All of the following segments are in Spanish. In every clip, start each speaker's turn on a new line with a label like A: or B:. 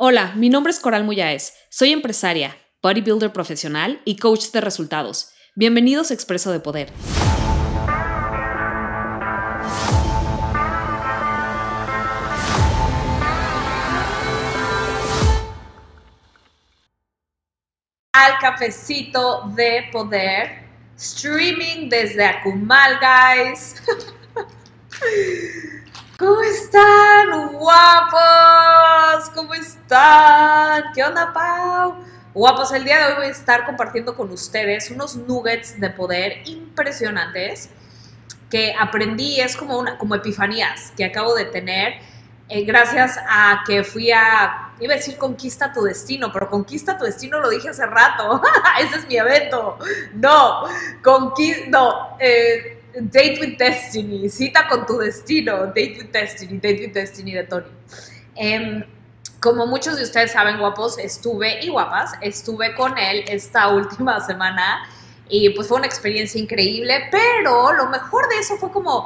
A: Hola, mi nombre es Coral Muyáez. Soy empresaria, bodybuilder profesional y coach de resultados. Bienvenidos a Expreso de Poder.
B: Al cafecito de poder, streaming desde Akumal, guys. ¿Cómo están, guapos? ¿Cómo están? ¿Qué onda, Pau? Guapos, el día de hoy voy a estar compartiendo con ustedes unos nuggets de poder impresionantes que aprendí, es como epifanías que acabo de tener gracias a que fui iba a decir Conquista tu Destino, pero Conquista tu Destino lo dije hace rato. Ese es mi evento. No, Date with Destiny, cita con tu destino, Date with Destiny de Tony. Como muchos de ustedes saben, guapos, estuve con él esta última semana y pues fue una experiencia increíble, pero lo mejor de eso fue como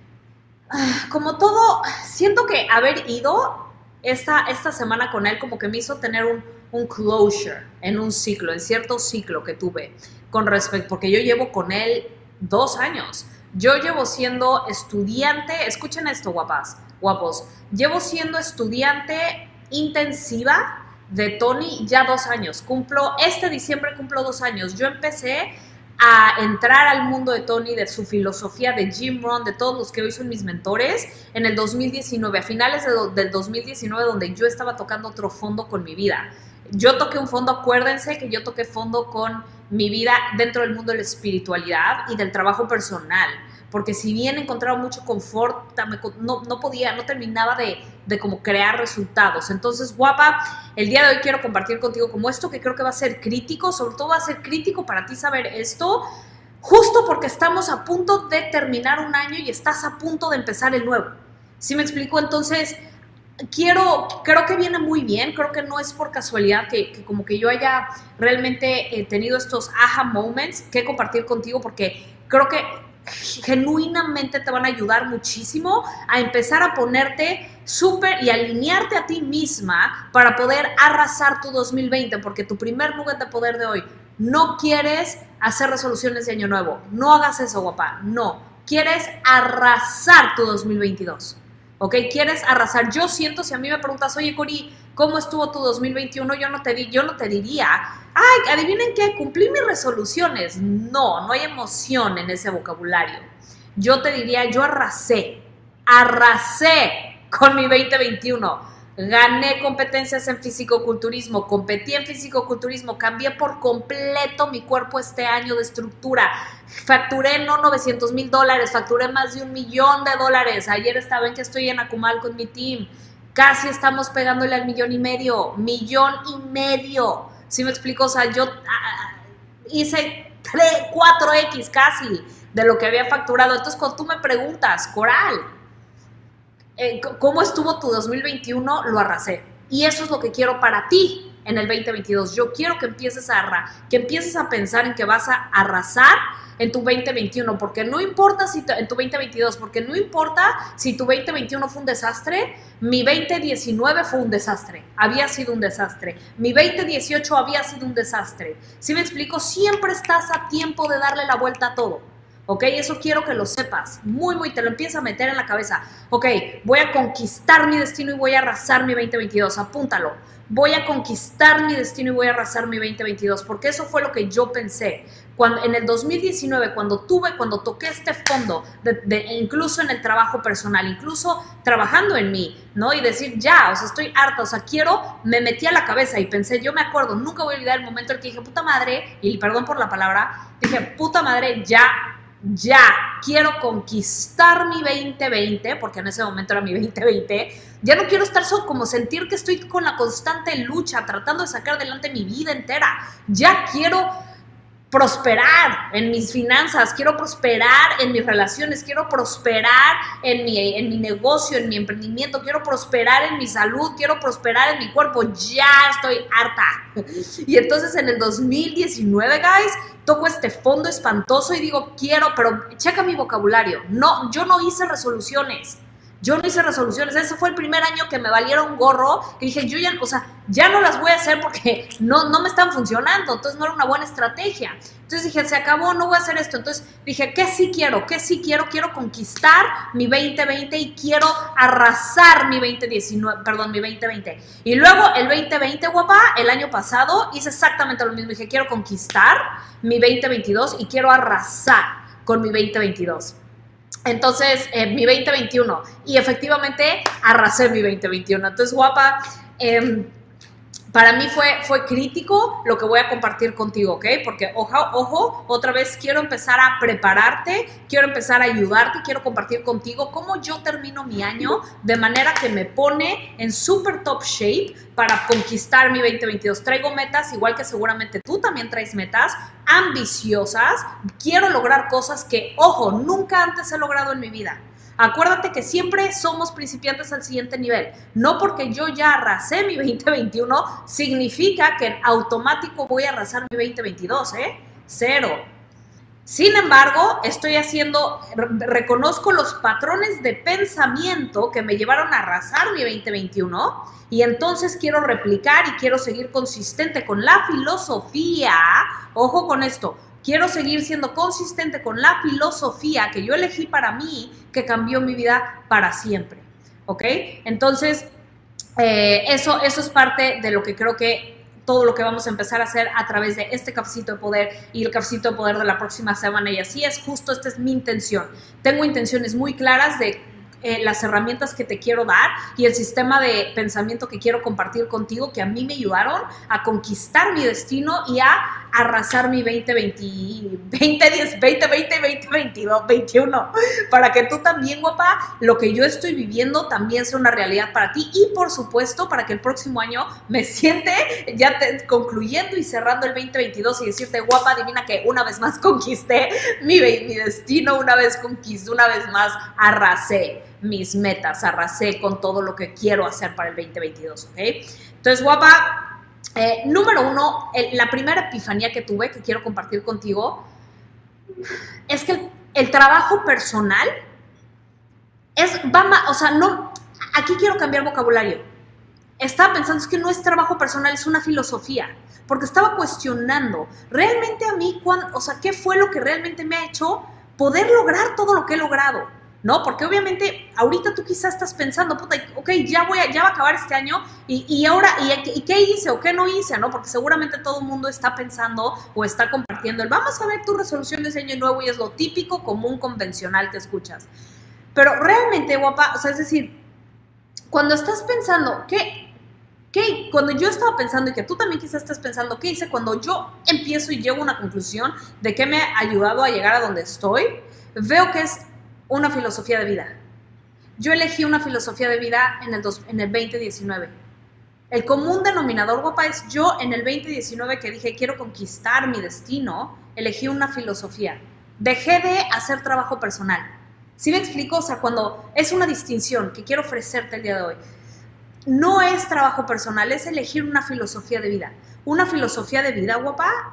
B: todo, siento que haber ido esta semana con él como que me hizo tener un closure en un ciclo, en cierto ciclo que tuve con respecto, porque yo llevo con él 2 años. Yo llevo siendo estudiante, escuchen esto, guapos, llevo siendo estudiante intensiva de Tony ya 2 años. Este diciembre cumplo 2 años. Yo empecé a entrar al mundo de Tony, de su filosofía, de Jim Rohn, de todos los que hoy son mis mentores, en el 2019, a finales del 2019, donde yo estaba tocando otro fondo con mi vida. Yo toqué un fondo, acuérdense que yo toqué fondo con mi vida dentro del mundo de la espiritualidad y del trabajo personal, porque si bien encontraba mucho confort, no terminaba de como crear resultados. Entonces, guapa, el día de hoy quiero compartir contigo como esto que creo que va a ser crítico, sobre todo va a ser crítico para ti saber esto, justo porque estamos a punto de terminar un año y estás a punto de empezar el nuevo. ¿Sí me explico? Entonces, creo que viene muy bien, creo que no es por casualidad que como que yo haya realmente tenido estos aha moments que compartir contigo, porque creo que genuinamente te van a ayudar muchísimo a empezar a ponerte súper y alinearte a ti misma para poder arrasar tu 2020, porque tu primer nugget de poder de hoy, no quieres hacer resoluciones de año nuevo, no hagas eso, guapa, no, quieres arrasar tu 2022. ¿Ok? ¿Quieres arrasar? Yo siento, si a mí me preguntas, oye, Cori, ¿cómo estuvo tu 2021? Yo no te diría, ay, adivinen qué, cumplí mis resoluciones. No hay emoción en ese vocabulario. Yo te diría, yo arrasé con mi 2021. Gané competencias en fisicoculturismo, competí en fisicoculturismo, cambié por completo mi cuerpo este año de estructura, facturé no $900,000, facturé más de $1 millón. Ayer ven que estoy en Akumal con mi team, casi estamos pegándole al $1,500,000, $1,500,000, ¿sí me explico? O sea, yo hice 4X casi de lo que había facturado. Entonces, cuando tú me preguntas, Coral, ¿cómo estuvo tu 2021? Lo arrasé. Y eso es lo que quiero para ti en el 2022. Yo quiero que empieces a pensar en que vas a arrasar en tu 2021, porque no importa en tu 2022, porque no importa si tu 2021 fue un desastre, mi 2019 fue un desastre, había sido un desastre, mi 2018 había sido un desastre. ¿Sí me explico? Siempre estás a tiempo de darle la vuelta a todo. ¿Ok? Eso quiero que lo sepas, te lo empiezas a meter en la cabeza. Ok, voy a conquistar mi destino y voy a arrasar mi 2022, apúntalo. Voy a conquistar mi destino y voy a arrasar mi 2022, porque eso fue lo que yo pensé. En el 2019, cuando toqué este fondo, incluso en el trabajo personal, incluso trabajando en mí, ¿no? Y decir, ya, o sea, estoy harta, o sea, me metí a la cabeza y pensé, yo me acuerdo, nunca voy a olvidar el momento en que dije, puta madre, y perdón por la palabra, dije, puta madre, ya quiero conquistar mi 2020, porque en ese momento era mi 2020, ya no quiero estar como sentir que estoy con la constante lucha, tratando de sacar adelante mi vida entera, ya quiero prosperar en mis finanzas, quiero prosperar en mis relaciones, quiero prosperar en mi negocio, en mi emprendimiento, quiero prosperar en mi salud, quiero prosperar en mi cuerpo, ya estoy harta. Y entonces en el 2019, guys, toco este fondo espantoso y digo, pero checa mi vocabulario, no, yo no hice resoluciones, Yo no hice resoluciones. Ese fue el primer año que me valieron gorro. Y dije, yo ya, o sea, ya no las voy a hacer porque no me están funcionando. Entonces no era una buena estrategia. Entonces dije, se acabó, no voy a hacer esto. Entonces dije, ¿qué sí quiero? ¿Qué sí quiero? Quiero conquistar mi 2020 y quiero arrasar mi 2019, perdón, mi 2020. Y luego el 2020, guapa, el año pasado hice exactamente lo mismo. Dije, quiero conquistar mi 2022 y quiero arrasar con mi 2022. Entonces, mi 2021, y efectivamente arrasé mi 2021. Entonces, guapa, para mí fue crítico lo que voy a compartir contigo, ¿ok? Porque, ojo, otra vez quiero empezar a prepararte, quiero empezar a ayudarte, quiero compartir contigo cómo yo termino mi año de manera que me pone en súper top shape para conquistar mi 2022. Traigo metas, igual que seguramente tú también traes metas ambiciosas. Quiero lograr cosas que, ojo, nunca antes he logrado en mi vida. Acuérdate que siempre somos principiantes al siguiente nivel. No porque yo ya arrasé mi 2021, significa que en automático voy a arrasar mi 2022, ¿eh? Cero. Sin embargo, reconozco los patrones de pensamiento que me llevaron a arrasar mi 2021 y entonces quiero replicar y quiero seguir consistente con la filosofía. Ojo con esto. Quiero seguir siendo consistente con la filosofía que yo elegí para mí, que cambió mi vida para siempre, ¿ok? Entonces, eso es parte de lo que creo que todo lo que vamos a empezar a hacer a través de este cafecito de poder y el cafecito de poder de la próxima semana. Y así es, justo esta es mi intención. Tengo intenciones muy claras de las herramientas que te quiero dar y el sistema de pensamiento que quiero compartir contigo, que a mí me ayudaron a conquistar mi destino y a arrasar mi 2021, para que tú también, guapa, lo que yo estoy viviendo también sea una realidad para ti y, por supuesto, para que el próximo año me siente ya concluyendo y cerrando el 2022 y decirte, guapa, adivina que una vez más conquisté mi destino, una vez más arrasé mis metas, arrasé con todo lo que quiero hacer para el 2022, ¿ok? Entonces, guapa, número uno, la primera epifanía que tuve, que quiero compartir contigo, es que el trabajo personal aquí quiero cambiar vocabulario. Estaba pensando, es que no es trabajo personal, es una filosofía, porque estaba cuestionando, realmente a mí, ¿qué fue lo que realmente me ha hecho poder lograr todo lo que he logrado? ¿No? Porque obviamente ahorita tú quizás estás pensando, puta, ok, ya va a acabar este año y ahora, ¿y qué hice o qué no hice? ¿No? Porque seguramente todo el mundo está pensando o está compartiendo vamos a ver tu resolución de ese año nuevo y es lo típico, común, convencional que escuchas. Pero realmente, guapa, o sea, es decir, cuando estás pensando, cuando yo estaba pensando y que tú también quizás estás pensando, ¿qué hice? Cuando yo empiezo y llego a una conclusión de qué me ha ayudado a llegar a donde estoy, veo que es una filosofía de vida. Yo elegí una filosofía de vida en el 2019. El común denominador, guapa, es yo en el 2019 que dije quiero conquistar mi destino, elegí una filosofía. Dejé de hacer trabajo personal. ¿Sí me explico? O sea, cuando es una distinción que quiero ofrecerte el día de hoy, no es trabajo personal, es elegir una filosofía de vida. Una filosofía de vida, guapa,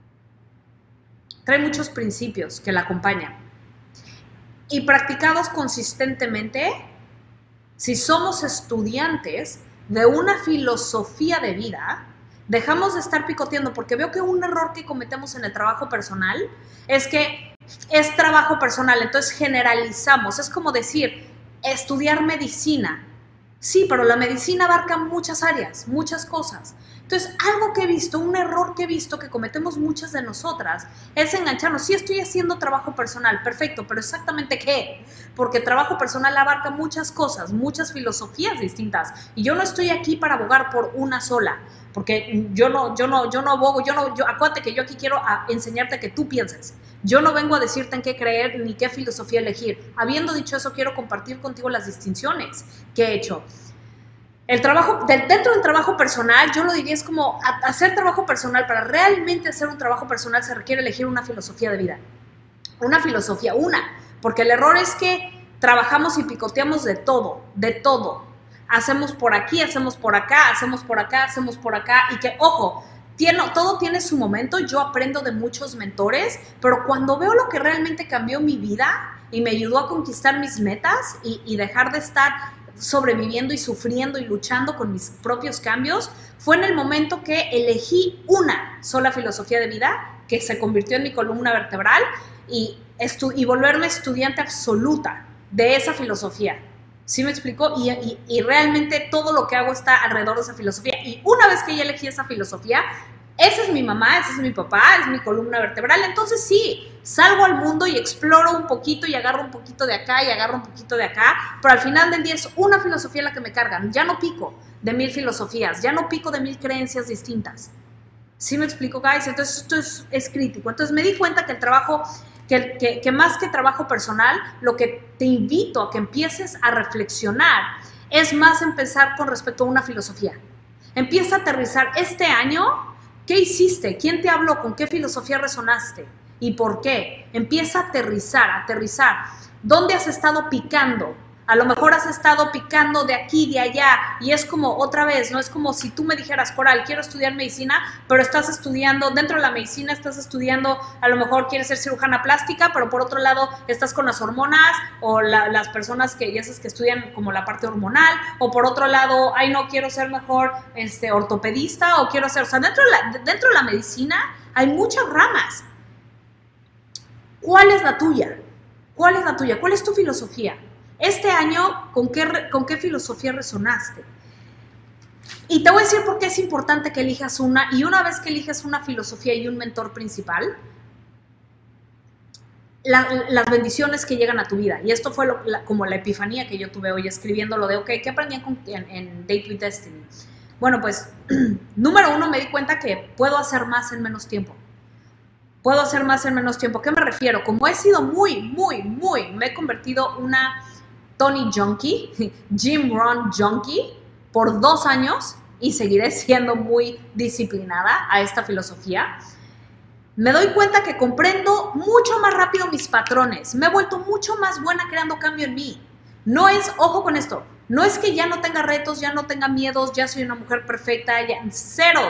B: trae muchos principios que la acompañan. Y practicados consistentemente, si somos estudiantes de una filosofía de vida, dejamos de estar picoteando, porque veo que un error que cometemos en el trabajo personal es que es trabajo personal, entonces generalizamos. Es como decir, estudiar medicina. Sí, pero la medicina abarca muchas áreas, muchas cosas. Entonces, algo que he visto, un error que he visto que cometemos muchas de nosotras es engancharnos. Sí, estoy haciendo trabajo personal, perfecto, pero ¿exactamente qué? Porque trabajo personal abarca muchas cosas, muchas filosofías distintas. Y yo no estoy aquí para abogar por una sola, porque yo no abogo, acuérdate que yo aquí quiero enseñarte que tú pienses. Yo no vengo a decirte en qué creer ni qué filosofía elegir. Habiendo dicho eso, quiero compartir contigo las distinciones que he hecho. Dentro del trabajo personal, yo lo diría, es como hacer trabajo personal. Para realmente hacer un trabajo personal se requiere elegir una filosofía de vida. Una filosofía, porque el error es que trabajamos y picoteamos de todo. Hacemos por aquí, hacemos por acá, hacemos por acá, y que, ojo, todo tiene su momento, yo aprendo de muchos mentores, pero cuando veo lo que realmente cambió mi vida y me ayudó a conquistar mis metas y dejar de estar sobreviviendo y sufriendo y luchando con mis propios cambios, fue en el momento que elegí una sola filosofía de vida que se convirtió en mi columna vertebral y volverme estudiante absoluta de esa filosofía. ¿Sí me explico? Y realmente todo lo que hago está alrededor de esa filosofía. Y una vez que ya elegí esa filosofía, esa es mi mamá, ese es mi papá, es mi columna vertebral. Entonces sí, salgo al mundo y exploro un poquito y agarro un poquito de acá y agarro un poquito de acá, pero al final del día es una filosofía la que me cargan. Ya no pico de 1000 filosofías, ya no pico de 1000 creencias distintas. ¿Sí me explico, guys? Entonces esto es crítico. Entonces me di cuenta que el trabajo, que más que trabajo personal, lo que te invito a que empieces a reflexionar es más empezar con respecto a una filosofía. Empieza a aterrizar este año. ¿Qué hiciste? ¿Quién te habló? ¿Con qué filosofía resonaste? ¿Y por qué? Empieza a aterrizar. ¿Dónde has estado picando? A lo mejor has estado picando de aquí, de allá, y es como otra vez, ¿no? Es como si tú me dijeras, Coral, quiero estudiar medicina, pero estás estudiando, dentro de la medicina estás estudiando, a lo mejor quieres ser cirujana plástica, pero por otro lado estás con las hormonas, o las personas que ya sabes que estudian como la parte hormonal, o por otro lado, ay, no, quiero ser mejor ortopedista, o quiero ser, o sea, dentro de la medicina hay muchas ramas. ¿Cuál es la tuya? ¿Cuál es la tuya? ¿Cuál es tu filosofía? Este año, ¿con qué filosofía resonaste? Y te voy a decir por qué es importante que elijas una, y una vez que eliges una filosofía y un mentor principal, las bendiciones que llegan a tu vida. Y esto fue como la epifanía que yo tuve hoy escribiendo lo de, ok, ¿qué aprendí en Date with Destiny? Bueno, pues, número 1, me di cuenta que puedo hacer más en menos tiempo. Puedo hacer más en menos tiempo. ¿A qué me refiero? Como he sido me he convertido una Tony Junkie, Gym Run Junkie, por 2 años y seguiré siendo muy disciplinada a esta filosofía. Me doy cuenta que comprendo mucho más rápido mis patrones. Me he vuelto mucho más buena creando cambio en mí. No es, ojo con esto, no es que ya no tenga retos, ya no tenga miedos, ya soy una mujer perfecta, cero.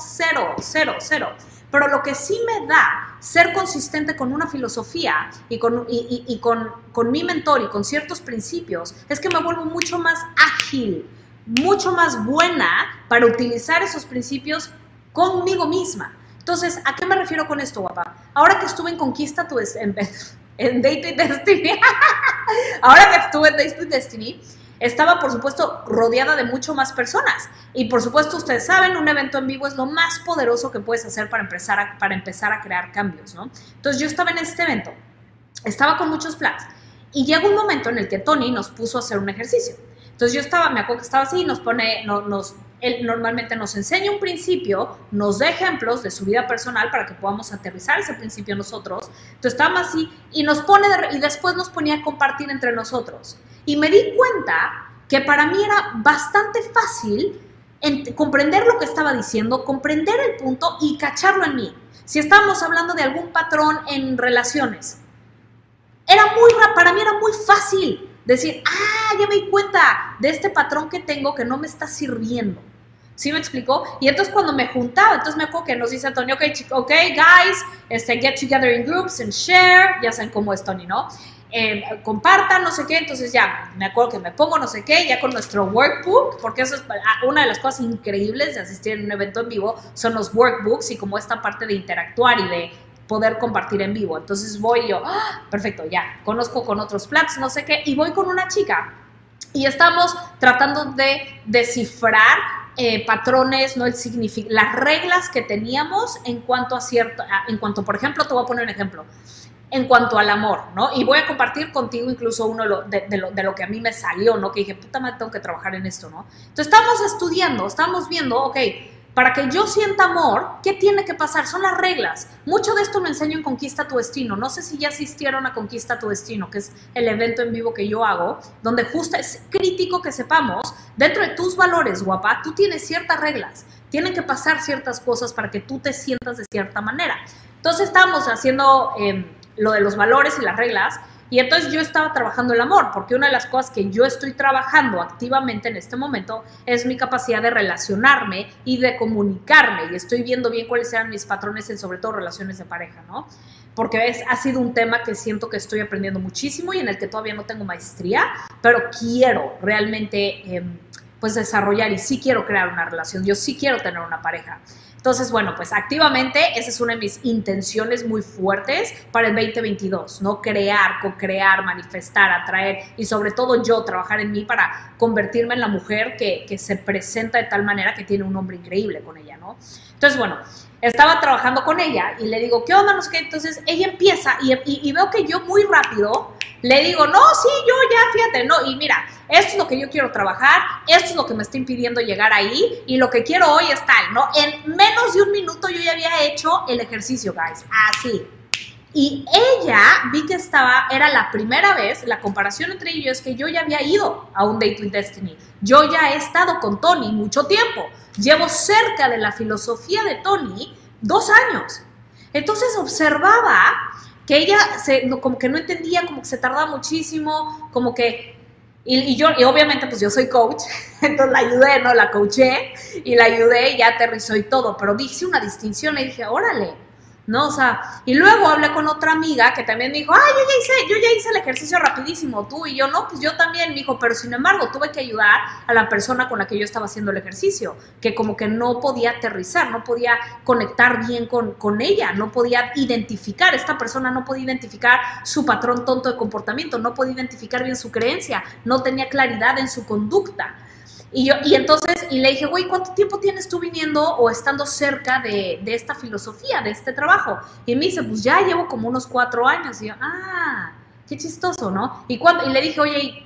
B: Pero lo que sí me da ser consistente con una filosofía y con mi mentor y con ciertos principios es que me vuelvo mucho más ágil, mucho más buena para utilizar esos principios conmigo misma. Entonces, ¿a qué me refiero con esto, guapa? Ahora que estuve en Date with Destiny, ahora que estuve en Date with Destiny, estaba, por supuesto, rodeada de mucho más personas. Y, por supuesto, ustedes saben, un evento en vivo es lo más poderoso que puedes hacer para empezar a crear cambios, ¿no? Entonces, yo estaba en este evento, estaba con muchos planes. Y llegó un momento en el que Tony nos puso a hacer un ejercicio. Entonces, me acuerdo que estaba así y él normalmente nos enseña un principio, nos da ejemplos de su vida personal para que podamos aterrizar ese principio nosotros. Entonces, estábamos así y y después nos ponía a compartir entre nosotros. Y me di cuenta que para mí era bastante fácil comprender lo que estaba diciendo, comprender el punto y cacharlo en mí. Si estábamos hablando de algún patrón en relaciones, para mí era muy fácil decir, ya me di cuenta de este patrón que tengo que no me está sirviendo. ¿Sí me explicó? Y entonces cuando me juntaba, entonces me acuerdo que nos dice Tony, ok, guys, get together in groups and share, ya saben cómo es Tony, ¿no? Compartan, no sé qué, entonces ya me acuerdo que me pongo no sé qué, ya con nuestro workbook, porque eso es una de las cosas increíbles de asistir en un evento en vivo, son los workbooks y como esta parte de interactuar y de poder compartir en vivo. Entonces voy yo, perfecto, ya, conozco con otros platos, no sé qué, y voy con una chica y estamos tratando de descifrar patrones, ¿no? Las reglas que teníamos en cuanto, por ejemplo, te voy a poner un ejemplo, en cuanto al amor, ¿no? Y voy a compartir contigo incluso uno de lo que a mí me salió, ¿no? Que dije, puta madre, tengo que trabajar en esto, ¿no? Entonces estamos estudiando, estamos viendo, ok, para que yo sienta amor, ¿qué tiene que pasar? Son las reglas. Mucho de esto lo enseño en Conquista tu Destino. No sé si ya asistieron a Conquista tu Destino, que es el evento en vivo que yo hago, donde justo es crítico que sepamos, dentro de tus valores, guapa, tú tienes ciertas reglas. Tienen que pasar ciertas cosas para que tú te sientas de cierta manera. Entonces estábamos haciendo lo de los valores y las reglas, Y entonces yo estaba trabajando el amor, porque una de las cosas que yo estoy trabajando activamente en este momento es mi capacidad de relacionarme y de comunicarme, y estoy viendo bien cuáles eran mis patrones en sobre todo relaciones de pareja, ¿no? Porque ha sido un tema que siento que estoy aprendiendo muchísimo y en el que todavía no tengo maestría, pero quiero realmente pues desarrollar y sí quiero crear una relación, yo sí quiero tener una pareja. Entonces, bueno, pues activamente esa es una de mis intenciones muy fuertes para el 2022, ¿no? Crear, co-crear, manifestar, atraer y sobre todo yo trabajar en mí para convertirme en la mujer que se presenta de tal manera que tiene un hombre increíble con ella, ¿no? Entonces, bueno, estaba trabajando con ella y le digo, ¿qué onda? No sé qué. Entonces ella empieza y veo que yo muy rápido le digo, no, sí, yo ya, fíjate, no, y mira, esto es lo que yo quiero trabajar, esto es lo que me está impidiendo llegar ahí y lo que quiero hoy es tal, ¿no? En menos de un minuto yo ya había hecho el ejercicio, guys, así. Y ella, vi que era la primera vez, la comparación entre ellos es que yo ya había ido a un Date with Destiny. Yo ya he estado con Tony mucho tiempo. Llevo cerca de la filosofía de Tony 2 años. Entonces observaba que ella como que no entendía, como que se tardaba muchísimo, como que... Y obviamente pues yo soy coach, entonces la ayudé, ¿no? La coaché y la ayudé y ya aterrizó y todo. Pero hice una distinción y dije, órale, ¿no? O sea, y luego hablé con otra amiga que también me dijo, yo ya hice el ejercicio rapidísimo, tú y yo, no, pues yo también, me dijo, pero sin embargo tuve que ayudar a la persona con la que yo estaba haciendo el ejercicio, que como que no podía aterrizar, no podía conectar bien con ella, no podía identificar, esta persona no podía identificar su patrón tonto de comportamiento, no podía identificar bien su creencia, no tenía claridad en su conducta. Y entonces le dije, güey, ¿cuánto tiempo tienes tú viniendo o estando cerca de esta filosofía, de este trabajo? Y me dice, pues ya llevo como unos 4 años. Y yo, qué chistoso, ¿no? Y le dije, oye,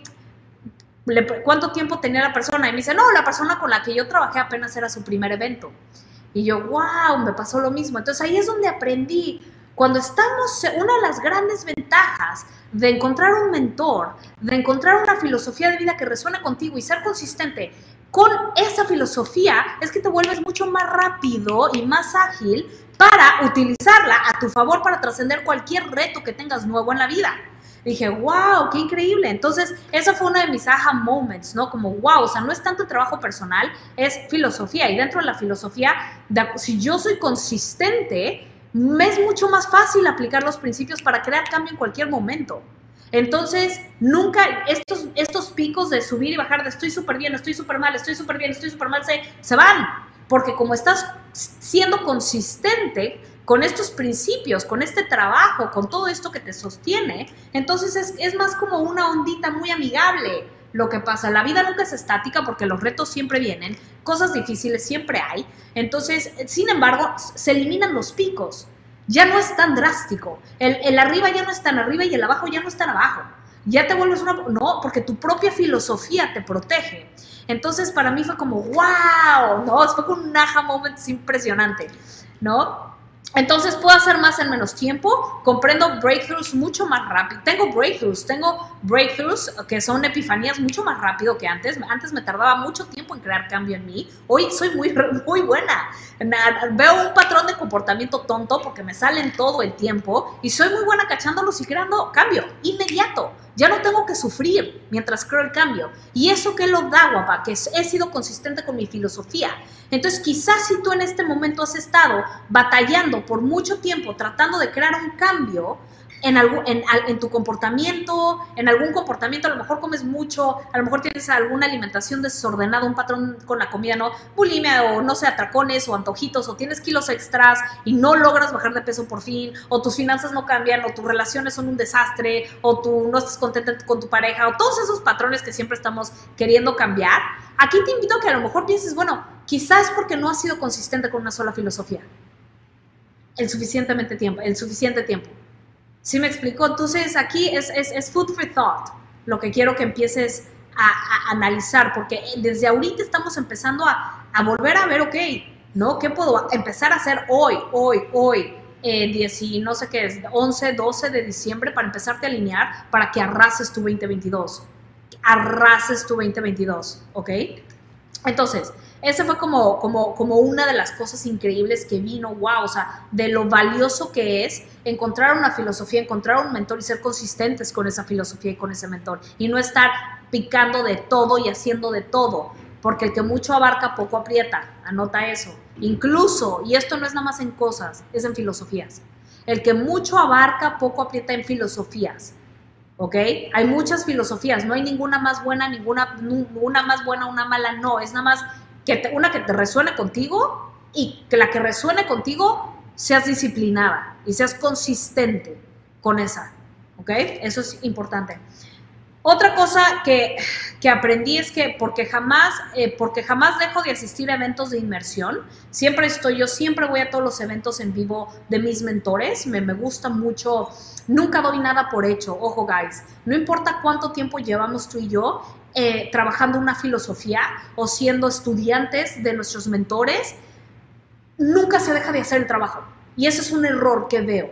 B: ¿cuánto tiempo tenía la persona? Y me dice, no, la persona con la que yo trabajé apenas era su primer evento. Y yo, wow, me pasó lo mismo. Entonces ahí es donde aprendí. Cuando estamos, una de las grandes ventajas de encontrar un mentor, de encontrar una filosofía de vida que resuene contigo y ser consistente con esa filosofía, es que te vuelves mucho más rápido y más ágil para utilizarla a tu favor para trascender cualquier reto que tengas nuevo en la vida. Dije, wow, qué increíble. Entonces, esa fue uno de mis aha moments, ¿no? Como, wow, o sea, no es tanto trabajo personal, es filosofía. Y dentro de la filosofía, si yo soy consistente, me es mucho más fácil aplicar los principios para crear cambio en cualquier momento. Entonces, nunca estos picos de subir y bajar, de estoy súper bien, estoy súper mal, estoy súper bien, estoy súper mal, se van. Porque como estás siendo consistente con estos principios, con este trabajo, con todo esto que te sostiene, entonces es más como una ondita muy amigable lo que pasa. La vida nunca es estática porque los retos siempre vienen, cosas difíciles siempre hay. Entonces, sin embargo, se eliminan los picos. Ya no es tan drástico. El arriba ya no es tan arriba y el abajo ya no es tan abajo. Ya te vuelves no, porque tu propia filosofía te protege. Entonces, para mí fue como, wow, ¿no? Fue con un aha moment impresionante, ¿no? Entonces puedo hacer más en menos tiempo, comprendo breakthroughs mucho más rápido. Tengo breakthroughs que son epifanías mucho más rápido que antes. Antes me tardaba mucho tiempo en crear cambio en mí. Hoy soy muy buena. Veo un patrón de comportamiento tonto porque me salen todo el tiempo y soy muy buena cachándolos y creando cambio inmediato. Ya no tengo que sufrir mientras creo el cambio. ¿Y eso qué lo da, guapa? Que he sido consistente con mi filosofía. Entonces, quizás si tú en este momento has estado batallando por mucho tiempo tratando de crear un cambio en tu comportamiento, en algún comportamiento, a lo mejor comes mucho, a lo mejor tienes alguna alimentación desordenada, un patrón con la comida, ¿no? Bulimia o no sé, atracones o antojitos, o tienes kilos extras y no logras bajar de peso por fin, o tus finanzas no cambian, o tus relaciones son un desastre, o tú no estás contenta con tu pareja, o todos esos patrones que siempre estamos queriendo cambiar. Aquí te invito a que a lo mejor pienses, bueno, quizás es porque no has sido consistente con una sola filosofía el suficiente tiempo. ¿Sí me explico? Entonces aquí es food for thought, lo que quiero que empieces a analizar, porque desde ahorita estamos empezando a volver a ver, ok, ¿no? ¿Qué puedo empezar a hacer hoy, 10 no sé qué es, 11, 12 de diciembre para empezarte a alinear para que arrases tu 2022? Arrases tu 2022, ¿ok? Entonces, ese fue como una de las cosas increíbles que vino, wow, o sea, de lo valioso que es encontrar una filosofía, encontrar un mentor y ser consistentes con esa filosofía y con ese mentor. Y no estar picando de todo y haciendo de todo, porque el que mucho abarca, poco aprieta. Anota eso. Incluso, y esto no es nada más en cosas, es en filosofías. El que mucho abarca, poco aprieta en filosofías. ¿Ok? Hay muchas filosofías, no hay ninguna más buena, una más buena, una mala, no, es nada más una que te resuene contigo y que la que resuene contigo seas disciplinada y seas consistente con esa, ¿ok? Eso es importante. Otra cosa que aprendí es que porque jamás dejo de asistir a eventos de inmersión, yo siempre voy a todos los eventos en vivo de mis mentores, me gusta mucho, nunca doy nada por hecho, ojo guys, no importa cuánto tiempo llevamos tú y yo trabajando una filosofía o siendo estudiantes de nuestros mentores, nunca se deja de hacer el trabajo y ese es un error que veo.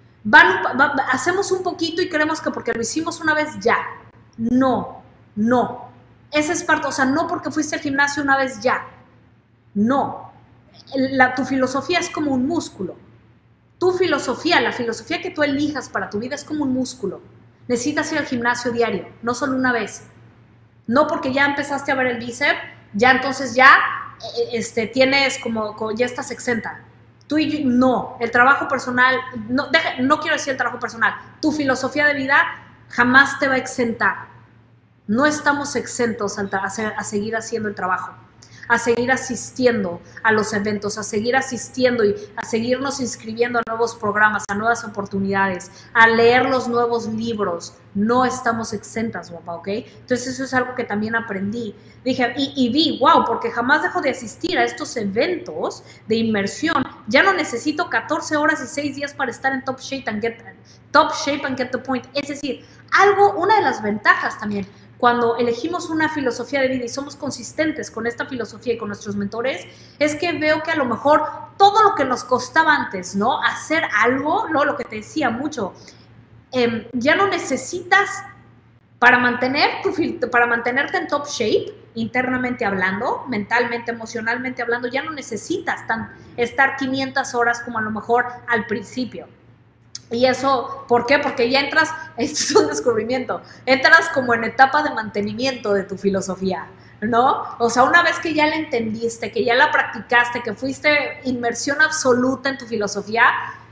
B: Hacemos un poquito y creemos que porque lo hicimos una vez ya. No. Esa es parte, o sea, no porque fuiste al gimnasio una vez ya. No. Tu filosofía es como un músculo. Tu filosofía, la filosofía que tú elijas para tu vida es como un músculo. Necesitas ir al gimnasio diario, no solo una vez. No porque ya empezaste a ver el bíceps, ya entonces ya tienes ya estás exenta. Tú y yo, no. El trabajo personal, no quiero decir el trabajo personal, tu filosofía de vida jamás te va a exentar. No estamos exentos a seguir haciendo el trabajo, a seguir asistiendo a los eventos, a seguir asistiendo y a seguirnos inscribiendo a nuevos programas, a nuevas oportunidades, a leer los nuevos libros. No estamos exentas, guapa, ¿ok? Entonces eso es algo que también aprendí. Dije, y vi, wow, porque jamás dejo de asistir a estos eventos de inmersión. Ya no necesito 14 horas y 6 días para estar en top shape and get the point. Es decir, una de las ventajas también, cuando elegimos una filosofía de vida y somos consistentes con esta filosofía y con nuestros mentores, es que veo que a lo mejor todo lo que nos costaba antes, ¿no? Hacer algo, ¿no? Lo que te decía mucho, ya no necesitas para mantenerte en top shape, internamente hablando, mentalmente, emocionalmente hablando, ya no necesitas estar 500 horas como a lo mejor al principio. Y eso, ¿por qué? Porque ya entras, esto es un descubrimiento, entras como en etapa de mantenimiento de tu filosofía, ¿no? O sea, una vez que ya la entendiste, que ya la practicaste, que fuiste inmersión absoluta en tu filosofía,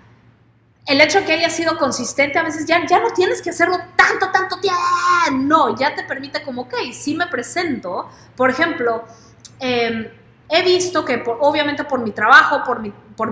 B: el hecho de que hayas sido consistente, a veces ya no tienes que hacerlo tanto tiempo, no, ya te permite como, ok, sí me presento, por ejemplo, he visto que obviamente por mi trabajo, por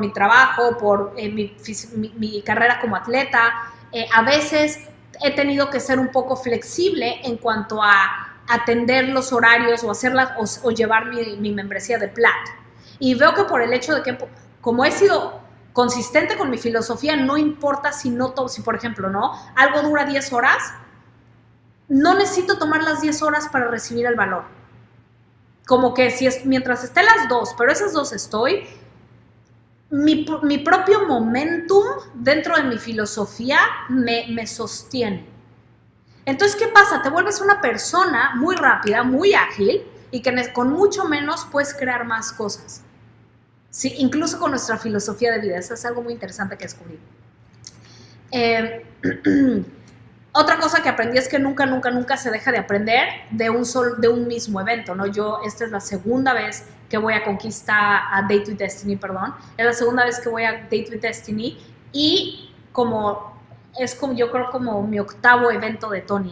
B: mi carrera como atleta, a veces he tenido que ser un poco flexible en cuanto a atender los horarios o hacerlas o llevar mi membresía de Plat. Y veo que por el hecho de que, como he sido consistente con mi filosofía, no importa si por ejemplo, ¿no? Algo dura 10 horas, no necesito tomar las 10 horas para recibir el valor. Como que mientras esté las 2, pero esas 2 estoy, mi propio momentum dentro de mi filosofía me sostiene. Entonces, ¿qué pasa? Te vuelves una persona muy rápida, muy ágil y que con mucho menos puedes crear más cosas. Sí, incluso con nuestra filosofía de vida. Eso es algo muy interesante que descubrí. Otra cosa que aprendí es que nunca se deja de aprender de un mismo evento, ¿no? Esta es la segunda vez que voy a Date with Destiny, perdón. Es la segunda vez que voy a Date with Destiny y yo creo como mi octavo evento de Tony.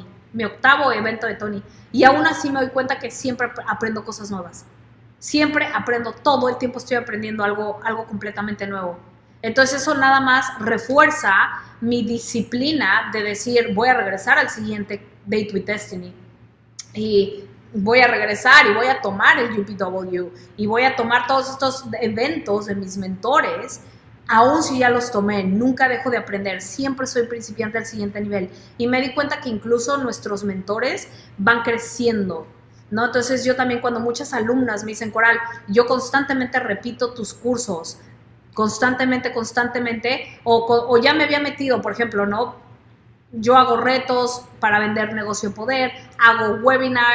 B: Y aún así me doy cuenta que siempre aprendo cosas nuevas. Siempre aprendo, todo el tiempo estoy aprendiendo algo completamente nuevo. Entonces eso nada más refuerza mi disciplina de decir, voy a regresar al siguiente Date with Destiny y voy a regresar y voy a tomar el UPW y voy a tomar todos estos eventos de mis mentores, aún si ya los tomé. Nunca dejo de aprender, siempre soy principiante al siguiente nivel y me di cuenta que incluso nuestros mentores van creciendo, ¿no? Entonces yo también, cuando muchas alumnas me dicen, Coral, yo constantemente repito tus cursos, constantemente, o ya me había metido, por ejemplo, ¿no? Yo hago retos para vender negocio poder, hago webinars,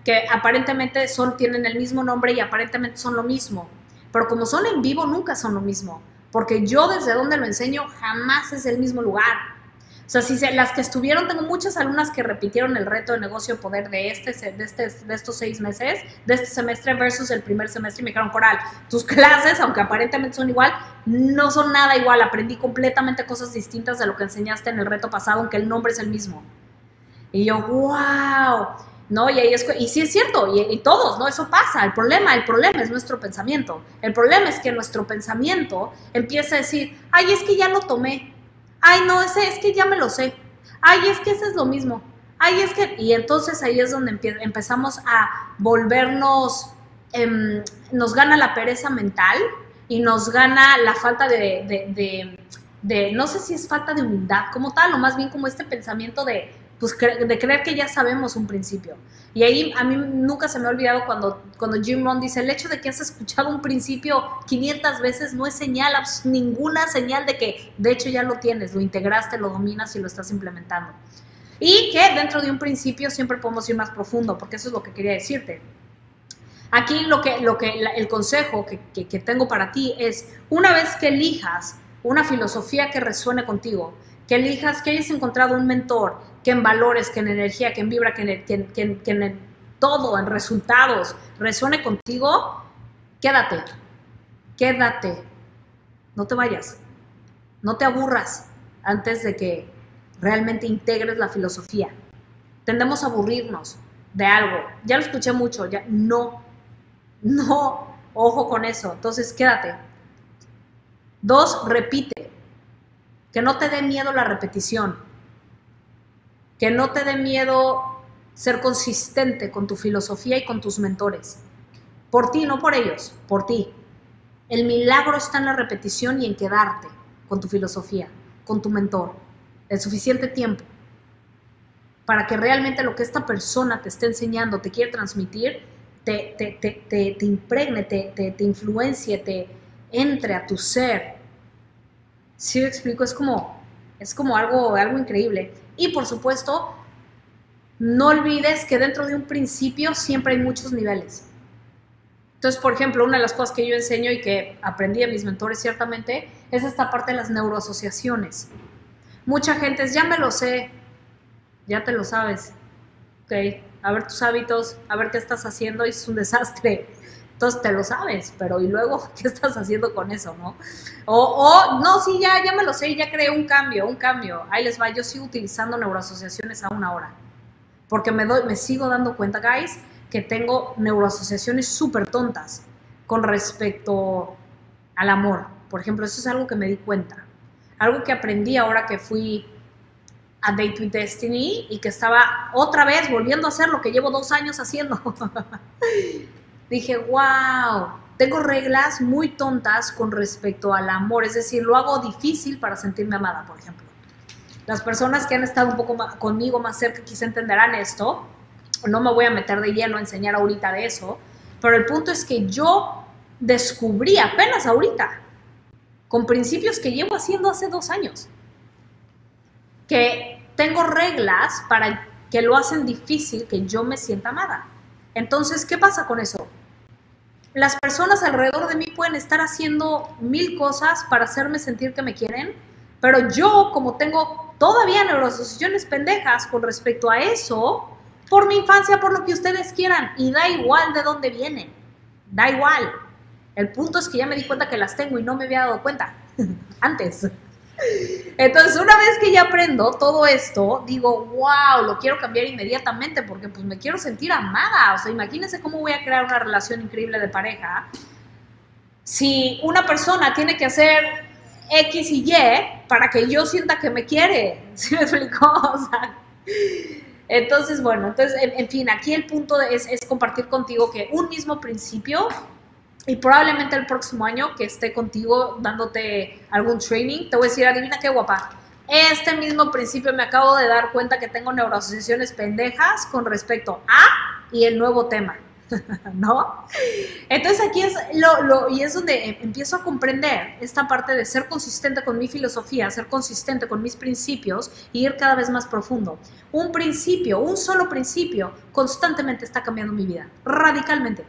B: que aparentemente tienen el mismo nombre y aparentemente son lo mismo, pero como son en vivo nunca son lo mismo, porque yo desde donde lo enseño jamás es el mismo lugar. O sea, las que estuvieron, tengo muchas alumnas que repitieron el reto de negocio poder de estos 6 meses, de este semestre versus el primer semestre, y me dijeron, Coral, tus clases, aunque aparentemente son igual, no son nada igual, aprendí completamente cosas distintas de lo que enseñaste en el reto pasado, aunque el nombre es el mismo. Y yo, wow, ¿no? Y sí es cierto, y todos, ¿no? Eso pasa. El problema es nuestro pensamiento. El problema es que nuestro pensamiento empieza a decir, ay, es que ya lo tomé. Ay, no, es que ya me lo sé. Ay, es que ese es lo mismo. Ay, es que... Y entonces ahí es donde empezamos a volvernos... nos gana la pereza mental y nos gana la falta de no sé si es falta de humildad como tal, o más bien como este pensamiento de creer que ya sabemos un principio. Y ahí a mí nunca se me ha olvidado cuando Jim Rohn dice, el hecho de que has escuchado un principio 500 veces no es señal, ninguna señal de que de hecho ya lo tienes, lo integraste, lo dominas y lo estás implementando. Y que dentro de un principio siempre podemos ir más profundo, porque eso es lo que quería decirte. Aquí el consejo que tengo para ti es, una vez que elijas una filosofía que resuene contigo, que elijas, que hayas encontrado un mentor, que en valores, que en energía, que en vibra, que en todo, en resultados, resuene contigo, quédate, no te vayas, no te aburras antes de que realmente integres la filosofía. Tendemos a aburrirnos de algo, ya lo escuché mucho, ya no, ojo con eso, entonces quédate. 2, repite. Que no te dé miedo la repetición, que no te dé miedo ser consistente con tu filosofía y con tus mentores. Por ti, no por ellos, por ti. El milagro está en la repetición y en quedarte con tu filosofía, con tu mentor, el suficiente tiempo para que realmente lo que esta persona te esté enseñando, te quiere transmitir, te impregne, te influencie, te entre a tu ser. ¿Sí me explico? Es como algo increíble. Y por supuesto, no olvides que dentro de un principio siempre hay muchos niveles. Entonces, por ejemplo, una de las cosas que yo enseño y que aprendí de mis mentores ciertamente es esta parte de las neuroasociaciones. Mucha gente es, ya me lo sé, ya te lo sabes. Ok, a ver tus hábitos, a ver qué estás haciendo y es un desastre. Entonces te lo sabes, pero ¿y luego qué estás haciendo con eso, no? No, sí, ya me lo sé, ya creé un cambio. Ahí les va, yo sigo utilizando neuroasociaciones aún ahora. Porque me sigo dando cuenta, guys, que tengo neuroasociaciones súper tontas con respecto al amor. Por ejemplo, eso es algo que me di cuenta. Algo que aprendí ahora que fui a Date with Destiny y que estaba otra vez volviendo a hacer lo que llevo 2 años haciendo. Dije, wow, tengo reglas muy tontas con respecto al amor, es decir, lo hago difícil para sentirme amada, por ejemplo. Las personas que han estado un poco conmigo más cerca quizá entenderán esto, no me voy a meter de lleno a enseñar ahorita de eso, pero el punto es que yo descubrí apenas ahorita, con principios que llevo haciendo hace 2 años, que tengo reglas para que lo hacen difícil que yo me sienta amada. Entonces, ¿qué pasa con eso? Las personas alrededor de mí pueden estar haciendo 1000 cosas para hacerme sentir que me quieren, pero yo, como tengo todavía neuroasociaciones pendejas con respecto a eso, por mi infancia, por lo que ustedes quieran, y da igual de dónde vienen, da igual. El punto es que ya me di cuenta que las tengo y no me había dado cuenta antes. Entonces, una vez que ya aprendo todo esto, digo, wow, lo quiero cambiar inmediatamente porque pues me quiero sentir amada. O sea, imagínense cómo voy a crear una relación increíble de pareja si una persona tiene que hacer X y Y para que yo sienta que me quiere. ¿Sí me explicó? O sea, entonces, bueno, en fin, aquí el punto es compartir contigo que un mismo principio. Y probablemente el próximo año que esté contigo dándote algún training, te voy a decir, adivina qué guapa. Este mismo principio me acabo de dar cuenta que tengo neuroasociaciones pendejas con respecto a y el nuevo tema. ¿no? Entonces aquí es y es donde empiezo a comprender esta parte de ser consistente con mi filosofía, ser consistente con mis principios y ir cada vez más profundo. Un principio, un solo principio, constantemente está cambiando mi vida, radicalmente.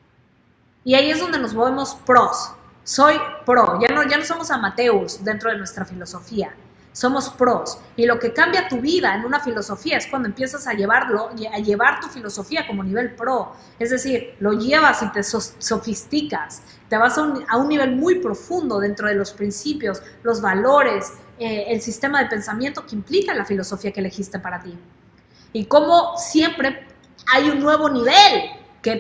B: Y ahí es donde nos volvemos pros. Soy pro, ya no somos amateurs dentro de nuestra filosofía. Somos pros. Y lo que cambia tu vida en una filosofía es cuando empiezas a llevar tu filosofía como nivel pro. Es decir, lo llevas y te sofisticas. Te vas a un nivel muy profundo dentro de los principios, los valores, el sistema de pensamiento que implica la filosofía que elegiste para ti. Y como siempre hay un nuevo nivel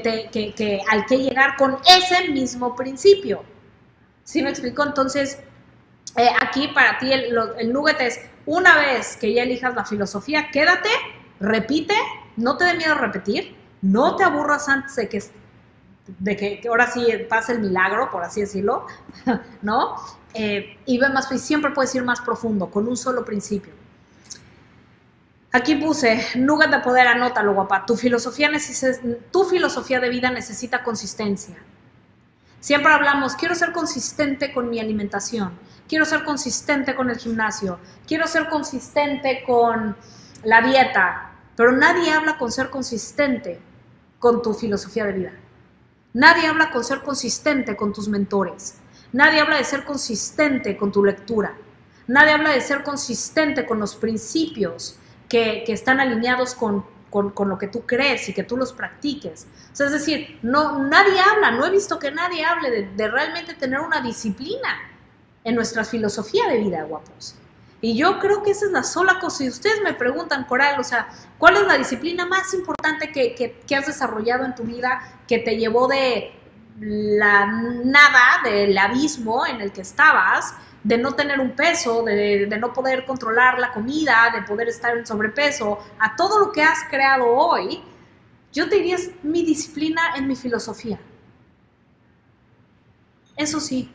B: al que llegar con ese mismo principio. ¿Sí me explico? Entonces, aquí para ti el nugget es, una vez que ya elijas la filosofía, quédate, repite, no te dé miedo a repetir, no te aburras antes de que ahora sí pase el milagro, por así decirlo, ¿no? Y siempre puedes ir más profundo, con un solo principio. Aquí puse, nugget de poder, anótalo, guapa. Tu filosofía de vida necesita consistencia. Siempre hablamos, quiero ser consistente con mi alimentación, quiero ser consistente con el gimnasio, quiero ser consistente con la dieta, pero nadie habla con ser consistente con tu filosofía de vida. Nadie habla con ser consistente con tus mentores. Nadie habla de ser consistente con tu lectura. Nadie habla de ser consistente con los principios que están alineados con lo que tú crees y que tú los practiques. O sea, es decir, nadie habla, no he visto que nadie hable de realmente tener una disciplina en nuestra filosofía de vida, guapos. Y yo creo que esa es la sola cosa. Si ustedes me preguntan, Coral, o sea, ¿cuál es la disciplina más importante que has desarrollado en tu vida, que te llevó de la nada, del abismo en el que estabas, de no tener un peso, de no poder controlar la comida, de poder estar en sobrepeso, a todo lo que has creado hoy? Yo te diría, es mi disciplina en mi filosofía. Eso sí.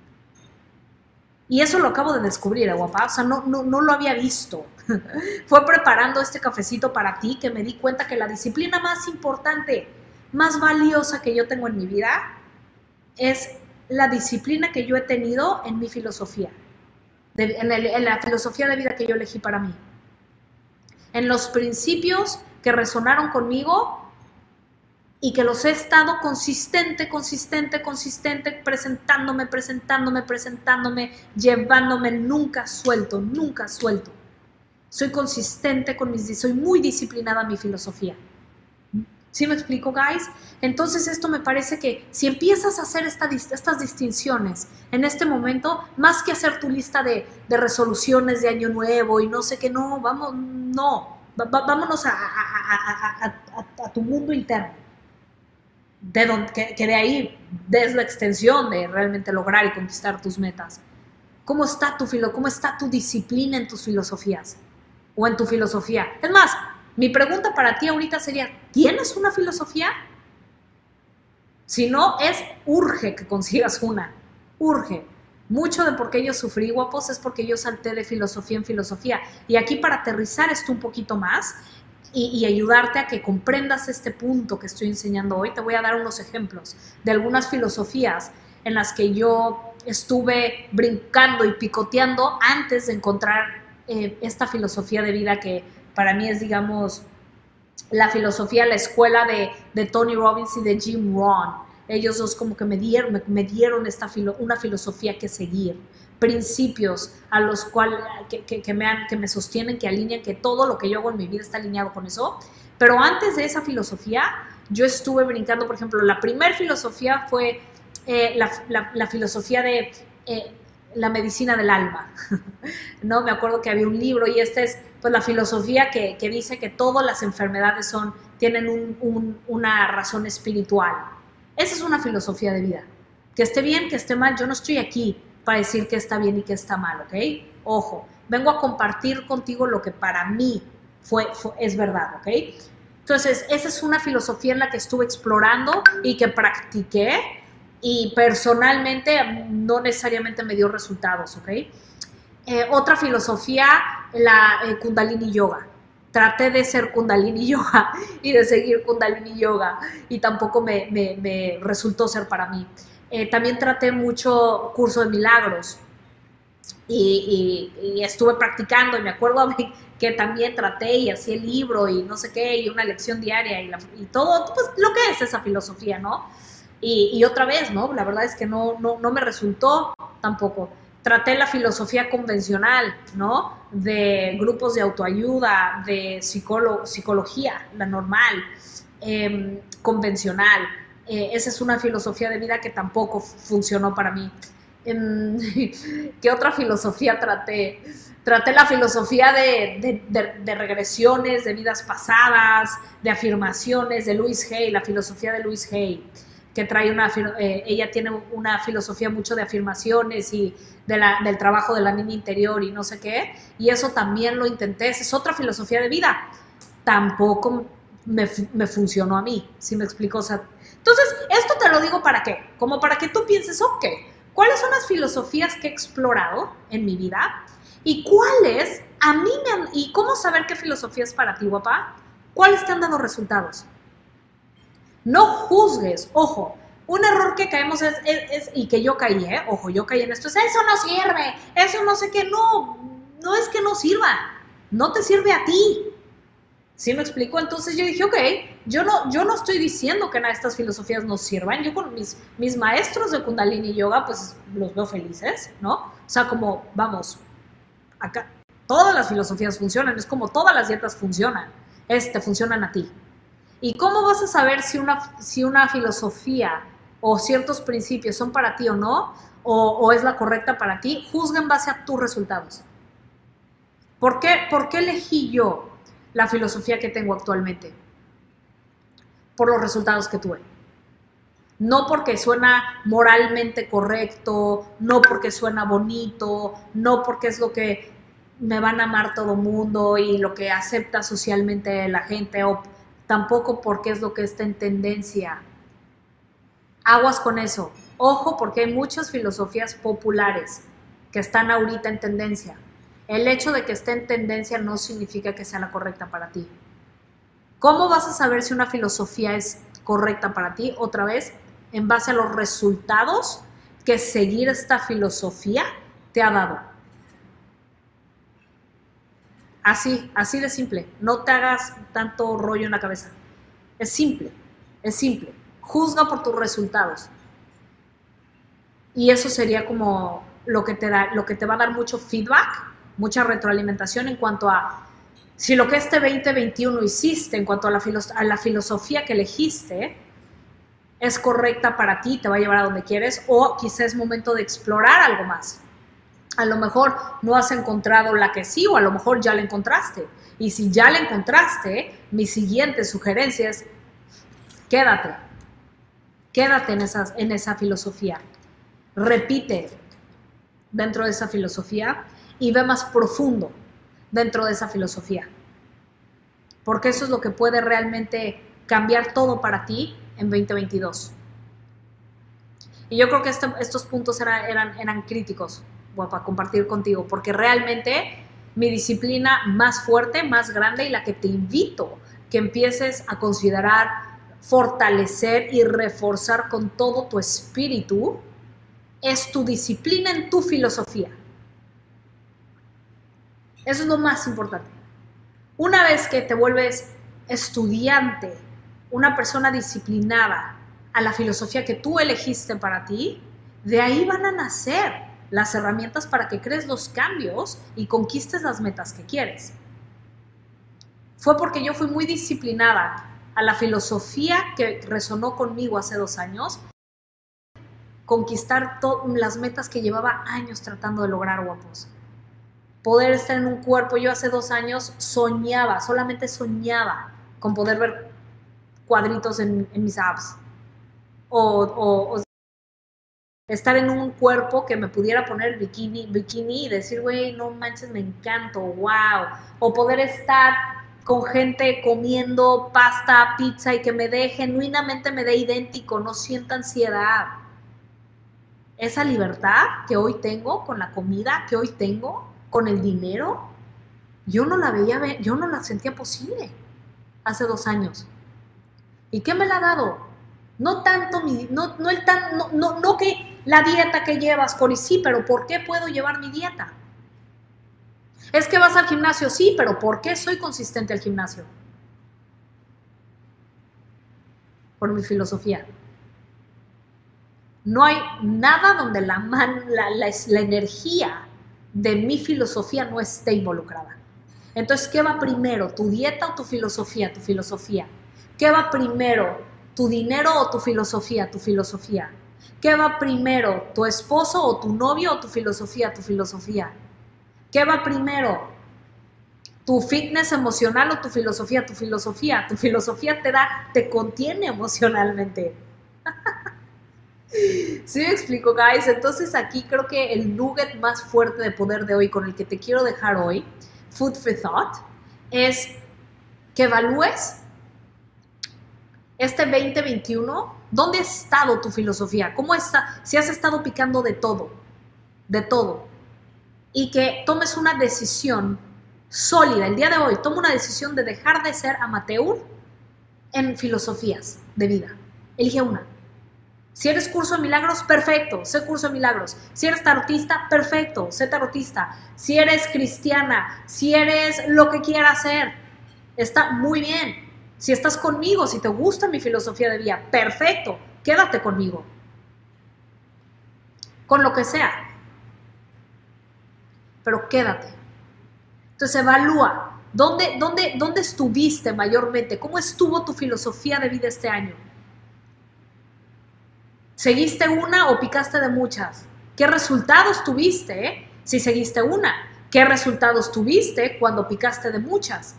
B: Y eso lo acabo de descubrir, guapa. O sea, no lo había visto. Fue preparando este cafecito para ti que me di cuenta que la disciplina más importante, más valiosa que yo tengo en mi vida es la disciplina que yo he tenido en mi filosofía, en la filosofía de vida que yo elegí para mí, en los principios que resonaron conmigo y que los he estado consistente, presentándome, llevándome, nunca suelto. Soy consistente soy muy disciplinada en mi filosofía. ¿Sí me explico, guys? Entonces esto me parece que si empiezas a hacer estas distinciones en este momento, más que hacer tu lista de resoluciones de año nuevo y no sé qué, vámonos a tu mundo interno, que de ahí des la extensión de realmente lograr y conquistar tus metas. ¿Cómo está tu disciplina en tus filosofías? O en tu filosofía. Es más, mi pregunta para ti ahorita sería, ¿tienes una filosofía? Si no, urge que consigas una. Urge. Mucho de por qué yo sufrí, guapos, es porque yo salté de filosofía en filosofía. Y aquí, para aterrizar esto un poquito más y ayudarte a que comprendas este punto que estoy enseñando hoy, te voy a dar unos ejemplos de algunas filosofías en las que yo estuve brincando y picoteando antes de encontrar esta filosofía de vida que para mí es, digamos, la filosofía, la escuela de Tony Robbins y de Jim Rohn. Ellos dos como que me dieron una filosofía que seguir, principios a los cuales que me sostienen, que alinean, que todo lo que yo hago en mi vida está alineado con eso. Pero antes de esa filosofía, yo estuve brincando, por ejemplo, la primera filosofía fue la filosofía de la medicina del alma. No, me acuerdo que había un libro y esta es pues la filosofía que dice que todas las enfermedades tienen una razón espiritual. Esa es una filosofía de vida. Que esté bien, que esté mal, yo no estoy aquí para decir que está bien y que está mal, ¿ok? Ojo, vengo a compartir contigo lo que para mí es verdad, ¿ok? Entonces, esa es una filosofía en la que estuve explorando y que practiqué, y personalmente no necesariamente me dio resultados, ¿ok? Otra filosofía, la Kundalini Yoga. traté de ser Kundalini Yoga y de seguir Kundalini Yoga y tampoco me resultó ser para mí. También traté mucho curso de milagros y estuve practicando y me acuerdo que también traté y hacía el libro y no sé qué y una lección diaria y todo, pues lo que es esa filosofía, ¿no? Y otra vez, ¿no? La verdad es que no me resultó tampoco. Traté la filosofía convencional, ¿no? De grupos de autoayuda, de psicología, la normal, convencional. Esa es una filosofía de vida que tampoco funcionó para mí. ¿Qué otra filosofía traté? Traté la filosofía de regresiones, de vidas pasadas, de afirmaciones, de Louise Hay, la filosofía de Louise Hay, que trae ella tiene una filosofía mucho de afirmaciones y del trabajo de la niña interior y no sé qué, y eso también lo intenté, esa es otra filosofía de vida, tampoco me funcionó a mí, ¿sí me explico? O sea, entonces, esto te lo digo ¿para qué? Como para que tú pienses, ok, ¿cuáles son las filosofías que he explorado en mi vida? ¿Y cuáles a mí y cómo saber qué filosofía es para ti, guapa? ¿Cuáles te han dado resultados? No juzgues, ojo, un error que caemos y que yo caí, ojo, yo caí en esto, es eso no sirve, eso no sé qué, no es que no sirva, no te sirve a ti. ¿Sí me explico? Entonces yo dije, ok, yo no estoy diciendo que nada de estas filosofías nos sirvan, yo con mis maestros de Kundalini Yoga, pues los veo felices, ¿no? O sea, como, vamos, acá, todas las filosofías funcionan, es como todas las dietas funcionan, funcionan a ti. ¿Y cómo vas a saber si una filosofía o ciertos principios son para ti o no? O es la correcta para ti? Juzga en base a tus resultados. ¿Por qué elegí yo la filosofía que tengo actualmente? Por los resultados que tuve. No porque suena moralmente correcto, no porque suena bonito, no porque es lo que me van a amar todo mundo y lo que acepta socialmente la gente, o tampoco porque es lo que está en tendencia. Aguas con eso. Ojo, porque hay muchas filosofías populares que están ahorita en tendencia. El hecho de que esté en tendencia no significa que sea la correcta para ti. ¿Cómo vas a saber si una filosofía es correcta para ti? Otra vez, en base a los resultados que seguir esta filosofía te ha dado. Así de simple. No te hagas tanto rollo en la cabeza. Es simple. Juzga por tus resultados. Y eso sería como lo que te va a dar mucho feedback, mucha retroalimentación en cuanto a si lo que este 2021 hiciste, en cuanto a la filosofía que elegiste, es correcta para ti, te va a llevar a donde quieres, o quizás es momento de explorar algo más. A lo mejor no has encontrado la que sí, o a lo mejor ya la encontraste. Y si ya la encontraste, mi siguiente sugerencia es quédate en esa filosofía. Repite dentro de esa filosofía y ve más profundo dentro de esa filosofía. Porque eso es lo que puede realmente cambiar todo para ti en 2022. Y yo creo que estos puntos eran críticos para compartir contigo, porque realmente mi disciplina más fuerte, más grande y la que te invito que empieces a considerar fortalecer y reforzar con todo tu espíritu es tu disciplina en tu filosofía. Eso es lo más importante. Una vez que te vuelves estudiante, una persona disciplinada a la filosofía que tú elegiste para ti, de ahí van a nacer las herramientas para que crees los cambios y conquistes las metas que quieres. Fue porque yo fui muy disciplinada a la filosofía que resonó conmigo hace 2 años, conquistar las metas que llevaba años tratando de lograr, guapos. Poder estar en un cuerpo, yo hace 2 años solamente soñaba con poder ver cuadritos en mis abs. O estar en un cuerpo que me pudiera poner bikini y decir, güey, no manches, me encanto, wow. O poder estar con gente comiendo pasta, pizza y que genuinamente me dé idéntico, no sienta ansiedad. Esa libertad que hoy tengo con la comida, que hoy tengo con el dinero, yo no la veía, yo no la sentía posible hace 2 años. ¿Y qué me la ha dado? No tanto, no que la dieta que llevas, Cori, sí, pero ¿por qué puedo llevar mi dieta? Es que vas al gimnasio, sí, pero ¿por qué soy consistente al gimnasio? Por mi filosofía. No hay nada donde la energía de mi filosofía no esté involucrada. Entonces, ¿qué va primero? ¿Tu dieta o tu filosofía? Tu filosofía. ¿Qué va primero? ¿Tu dinero o tu filosofía? Tu filosofía. ¿Qué va primero? ¿Tu esposo o tu novio o tu filosofía? Tu filosofía. ¿Qué va primero? ¿Tu fitness emocional o tu filosofía? Tu filosofía. Tu filosofía te contiene emocionalmente. ¿Sí me explico, guys? Entonces aquí creo que el nugget más fuerte de poder de hoy, con el que te quiero dejar hoy, food for thought, es que evalúes este 2021, ¿dónde ha estado tu filosofía? ¿Cómo está? Si has estado picando de todo, y que tomes una decisión sólida. El día de hoy, toma una decisión de dejar de ser amateur en filosofías de vida. Elige una. Si eres curso de milagros, perfecto, sé curso de milagros. Si eres tarotista, perfecto, sé tarotista. Si eres cristiana, si eres lo que quieras ser, está muy bien. Si estás conmigo, si te gusta mi filosofía de vida, perfecto, quédate conmigo. Con lo que sea. Pero quédate. Entonces evalúa, ¿dónde estuviste mayormente? ¿Cómo estuvo tu filosofía de vida este año? ¿Seguiste una o picaste de muchas? ¿Qué resultados tuviste si seguiste una? ¿Qué resultados tuviste cuando picaste de muchas?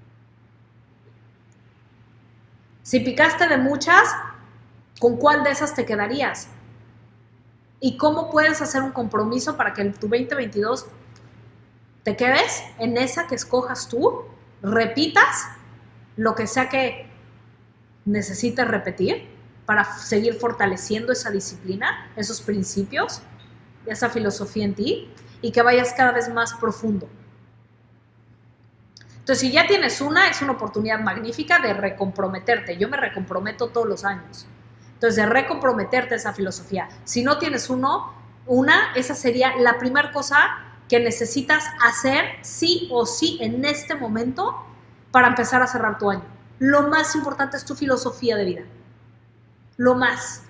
B: Si picaste de muchas, ¿con cuál de esas te quedarías? ¿Y cómo puedes hacer un compromiso para que en tu 2022 te quedes en esa que escojas tú, repitas lo que sea que necesites repetir para seguir fortaleciendo esa disciplina, esos principios, esa filosofía en ti, y que vayas cada vez más profundo? Entonces, si ya tienes una, es una oportunidad magnífica de recomprometerte. Yo me recomprometo todos los años. Entonces, de recomprometerte a esa filosofía. Si no tienes esa sería la primera cosa que necesitas hacer sí o sí en este momento para empezar a cerrar tu año. Lo más importante es tu filosofía de vida. Lo más.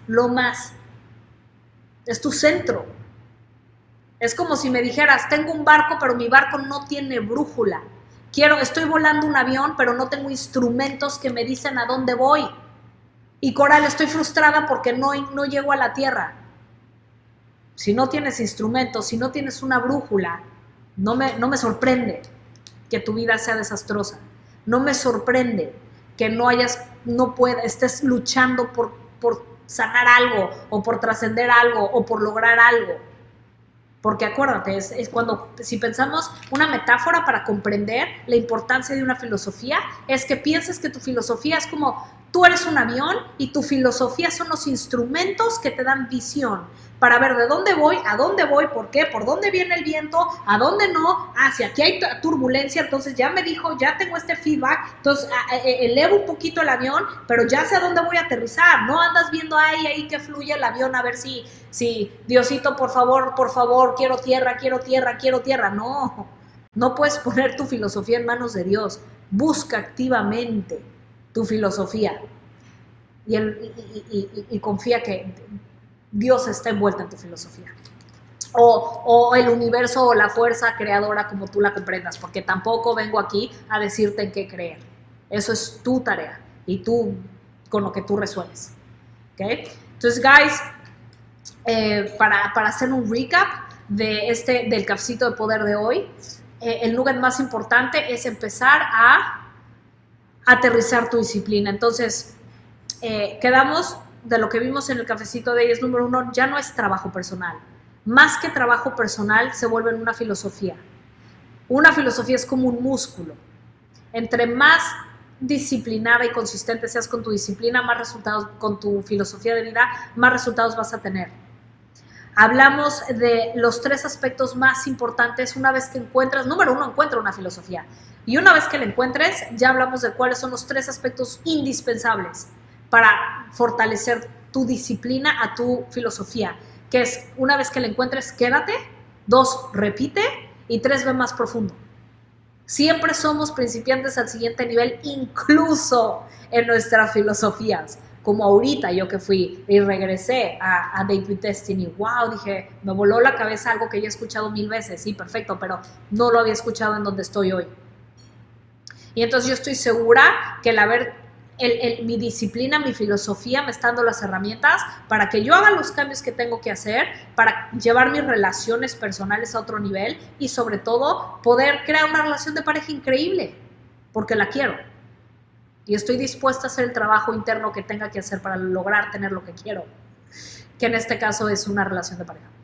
B: Es tu centro. Es como si me dijeras, tengo un barco, pero mi barco no tiene brújula. Estoy volando un avión, pero no tengo instrumentos que me dicen a dónde voy. Y Coral, estoy frustrada porque no llego a la tierra. Si no tienes instrumentos, si no tienes una brújula, no me sorprende que tu vida sea desastrosa. No me sorprende que estés luchando por sanar algo, o por trascender algo, o por lograr algo. Porque acuérdate, si pensamos una metáfora para comprender la importancia de una filosofía, es que pienses que tu filosofía es como tú eres un avión y tu filosofía son los instrumentos que te dan visión para ver de dónde voy, a dónde voy, por qué, por dónde viene el viento, a dónde no, si aquí hay turbulencia, entonces ya me dijo, ya tengo este feedback, entonces elevo un poquito el avión, pero ya sé a dónde voy a aterrizar. No andas viendo ahí que fluye el avión a ver si Diosito, por favor, quiero tierra. No puedes poner tu filosofía en manos de Dios. Busca activamente tu filosofía y confía que Dios está envuelta en tu filosofía. O el universo o la fuerza creadora, como tú la comprendas, porque tampoco vengo aquí a decirte en qué creer. Eso es tu tarea y tú con lo que tú resuelves. ¿Okay? Entonces, guys, para hacer un recap del cafecito de poder de hoy, el nugget más importante es empezar a aterrizar tu disciplina. Entonces, quedamos de lo que vimos en el cafecito de hoy, es número 1, ya no es trabajo personal. Más que trabajo personal, se vuelve en una filosofía. Una filosofía es como un músculo. Entre más disciplinada y consistente seas con tu disciplina, más resultados, con tu filosofía de vida, más resultados vas a tener. Hablamos de los 3 aspectos más importantes una vez que encuentras, número 1, encuentra una filosofía. Y una vez que la encuentres, ya hablamos de cuáles son los 3 aspectos indispensables para fortalecer tu disciplina a tu filosofía, que es, una vez que la encuentres, quédate, 2, repite, y 3, ve más profundo. Siempre somos principiantes al siguiente nivel, incluso en nuestras filosofías. Como ahorita yo que fui y regresé a Date with Destiny. Wow, dije, me voló la cabeza algo que ya he escuchado 1000 veces. Sí, perfecto, pero no lo había escuchado en donde estoy hoy. Y entonces yo estoy segura que mi disciplina, mi filosofía me está dando las herramientas para que yo haga los cambios que tengo que hacer, para llevar mis relaciones personales a otro nivel y sobre todo poder crear una relación de pareja increíble, porque la quiero. Y estoy dispuesta a hacer el trabajo interno que tenga que hacer para lograr tener lo que quiero, que en este caso es una relación de pareja.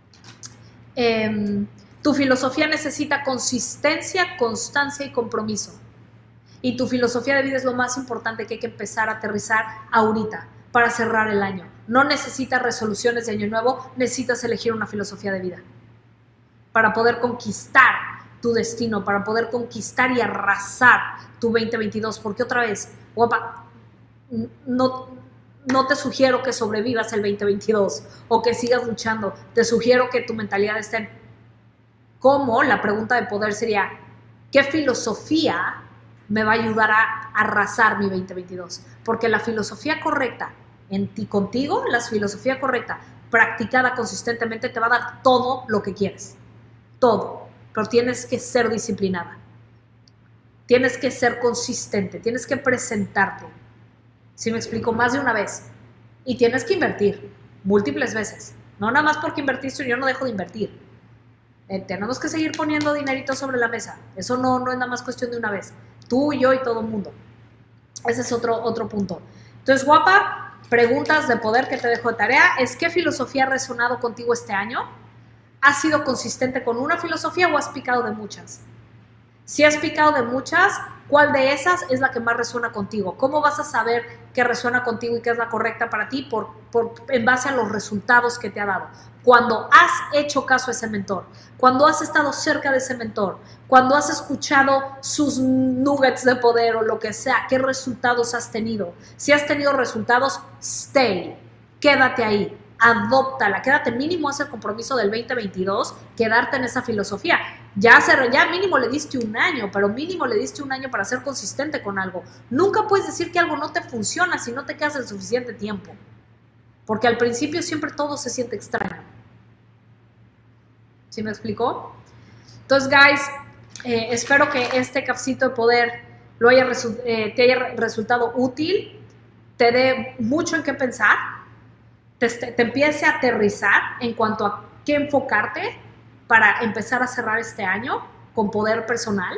B: Tu filosofía necesita consistencia, constancia y compromiso. Y tu filosofía de vida es lo más importante que hay que empezar a aterrizar ahorita para cerrar el año. No necesitas resoluciones de año nuevo, necesitas elegir una filosofía de vida para poder conquistar tu destino, para poder conquistar y arrasar tu 2022, porque otra vez, guapa, no te sugiero que sobrevivas el 2022 o que sigas luchando, te sugiero que tu mentalidad esté en cómo, la pregunta de poder sería, ¿qué filosofía me va a ayudar a arrasar mi 2022? Porque la filosofía correcta contigo, la filosofía correcta, practicada consistentemente, te va a dar todo lo que quieres, todo. Pero tienes que ser disciplinada, tienes que ser consistente, tienes que presentarte, ¿sí me explico? Más de una vez, y tienes que invertir múltiples veces, no nada más porque invertiste, yo no dejo de invertir, tenemos que seguir poniendo dinerito sobre la mesa, eso no es nada más cuestión de una vez, tú, yo y todo el mundo, ese es otro punto. Entonces, guapa, preguntas de poder que te dejo de tarea, es ¿qué filosofía ha resonado contigo este año? ¿Has sido consistente con una filosofía o has picado de muchas? Si has picado de muchas, ¿cuál de esas es la que más resuena contigo? ¿Cómo vas a saber qué resuena contigo y qué es la correcta para ti? En base a los resultados que te ha dado. Cuando has hecho caso a ese mentor, cuando has estado cerca de ese mentor, cuando has escuchado sus nuggets de poder o lo que sea, ¿qué resultados has tenido? Si has tenido resultados, stay, quédate ahí. Adóptala, quédate mínimo, haz el compromiso del 2022, quedarte en esa filosofía. Ya mínimo le diste un año, pero mínimo le diste un año para ser consistente con algo. Nunca puedes decir que algo no te funciona si no te quedas el suficiente tiempo, porque al principio siempre todo se siente extraño. ¿Sí me explicó? Entonces, guys, espero que este cafecito de poder te haya resultado útil, te dé mucho en qué pensar, te empiece a aterrizar en cuanto a qué enfocarte para empezar a cerrar este año con poder personal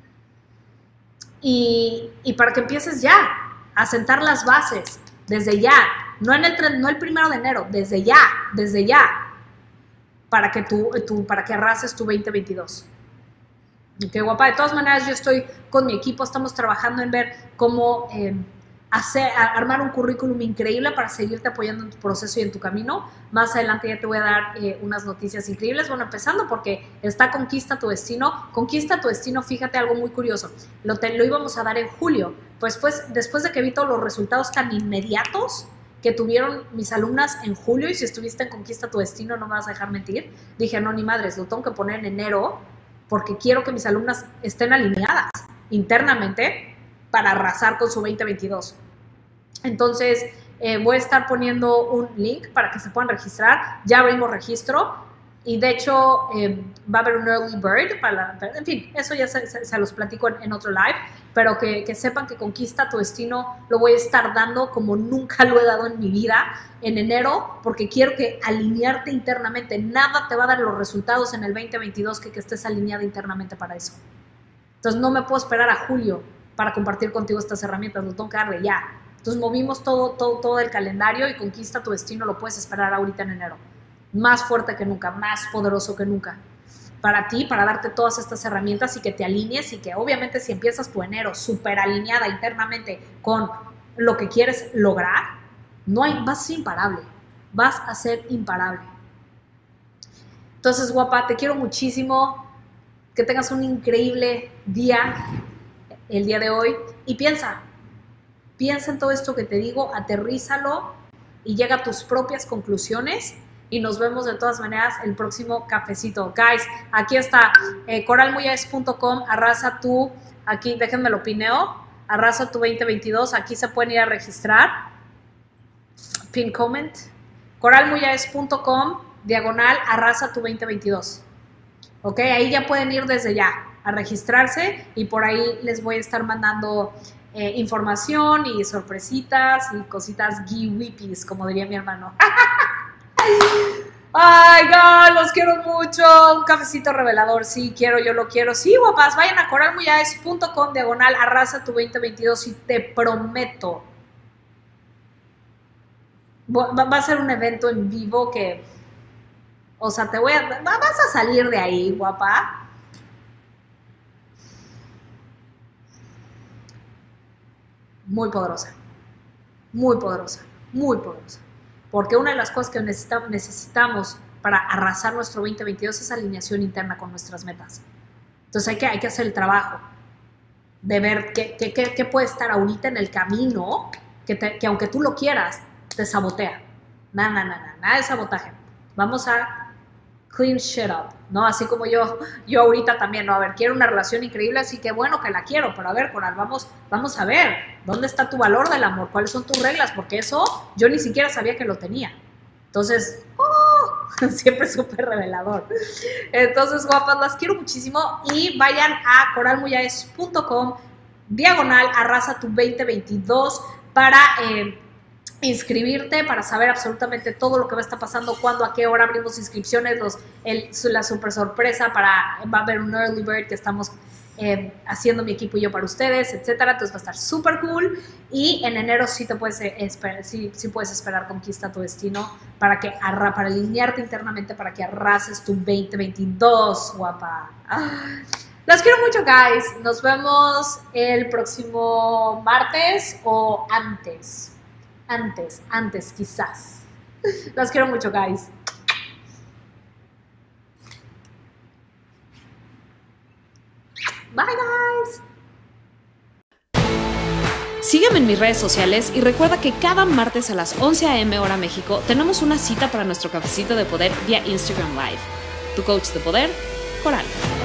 B: y para que empieces ya a sentar las bases desde ya, no el 1 de enero, desde ya, para que arrases tu 2022. Ok, guapa, de todas maneras yo estoy con mi equipo, estamos trabajando en ver cómo armar un currículum increíble para seguirte apoyando en tu proceso y en tu camino. Más adelante ya te voy a dar unas noticias increíbles. Bueno, empezando porque está Conquista tu Destino. Conquista tu Destino, fíjate algo muy curioso. Lo íbamos a dar en julio. Pues después de que vi todos los resultados tan inmediatos que tuvieron mis alumnas en julio, y si estuviste en Conquista tu Destino no me vas a dejar mentir, dije, no, ni madres, lo tengo que poner en enero porque quiero que mis alumnas estén alineadas internamente para arrasar con su 2022. Entonces, voy a estar poniendo un link para que se puedan registrar. Ya abrimos registro y de hecho va a haber un early bird. En fin, eso ya se los platico en otro live, pero que sepan que Conquista tu Destino lo voy a estar dando como nunca lo he dado en mi vida en enero, porque quiero que alinearte internamente. Nada te va a dar los resultados en el 2022 que estés alineada internamente para eso. Entonces, no me puedo esperar a julio para compartir contigo estas herramientas, lo tengo que dar de ya. Entonces movimos todo el calendario y Conquista tu Destino lo puedes esperar ahorita en enero. Más fuerte que nunca, más poderoso que nunca. Para ti, para darte todas estas herramientas y que te alinees y que obviamente si empiezas tu enero súper alineada internamente con lo que quieres lograr, vas a ser imparable. Vas a ser imparable. Entonces, guapa, te quiero muchísimo. Que tengas un increíble día el día de hoy. Y piensa en todo esto que te digo, aterrízalo y llega a tus propias conclusiones. Y nos vemos de todas maneras el próximo cafecito. Guys, aquí está coralmuyes.com, arrasa tú, aquí déjenme lo pineo, arrasa tu 2022, aquí se pueden ir a registrar. Pin comment. coralmuyes.com, diagonal, arrasa tu 2022. Ok, ahí ya pueden ir desde ya a registrarse y por ahí les voy a estar mandando información y sorpresitas y cositas guiwipis, como diría mi hermano. Ay, God, los quiero mucho. Un cafecito revelador, sí, yo lo quiero. Sí, guapas, vayan a coralmuyes.com, diagonal, arrasa tu 2022 y te prometo, va a ser un evento en vivo que, o sea, vas a salir de ahí, guapa. Muy poderosa, muy poderosa, muy poderosa. Porque una de las cosas que necesitamos para arrasar nuestro 2022 es alineación interna con nuestras metas. Entonces hay que hacer el trabajo de ver qué puede estar ahorita en el camino que aunque tú lo quieras, te sabotea. Nada de sabotaje. Vamos a clean shit up, ¿no? Así como yo ahorita también, ¿no? A ver, quiero una relación increíble, así que bueno que la quiero, pero a ver, Coral, vamos a ver, ¿dónde está tu valor del amor? ¿Cuáles son tus reglas? Porque eso yo ni siquiera sabía que lo tenía. Entonces, siempre súper revelador. Entonces, guapas, las quiero muchísimo y vayan a coralmuyes.com, diagonal, arrasa tu 2022 para inscribirte, para saber absolutamente todo lo que va a estar pasando, cuándo, a qué hora abrimos inscripciones, la super sorpresa va a haber un early bird que estamos haciendo mi equipo y yo para ustedes, etcétera. Entonces va a estar súper cool y en enero sí te puedes esperar Conquista tu Destino para alinearte internamente para que arrases tu 2022, guapa. Las quiero mucho, guys. Nos vemos el próximo martes o antes quizás. Las quiero mucho, guys. Bye, guys.
A: Sígueme en mis redes sociales y recuerda que cada martes a las 11 a.m. hora México tenemos una cita para nuestro cafecito de poder vía Instagram Live. Tu coach de poder, Coral.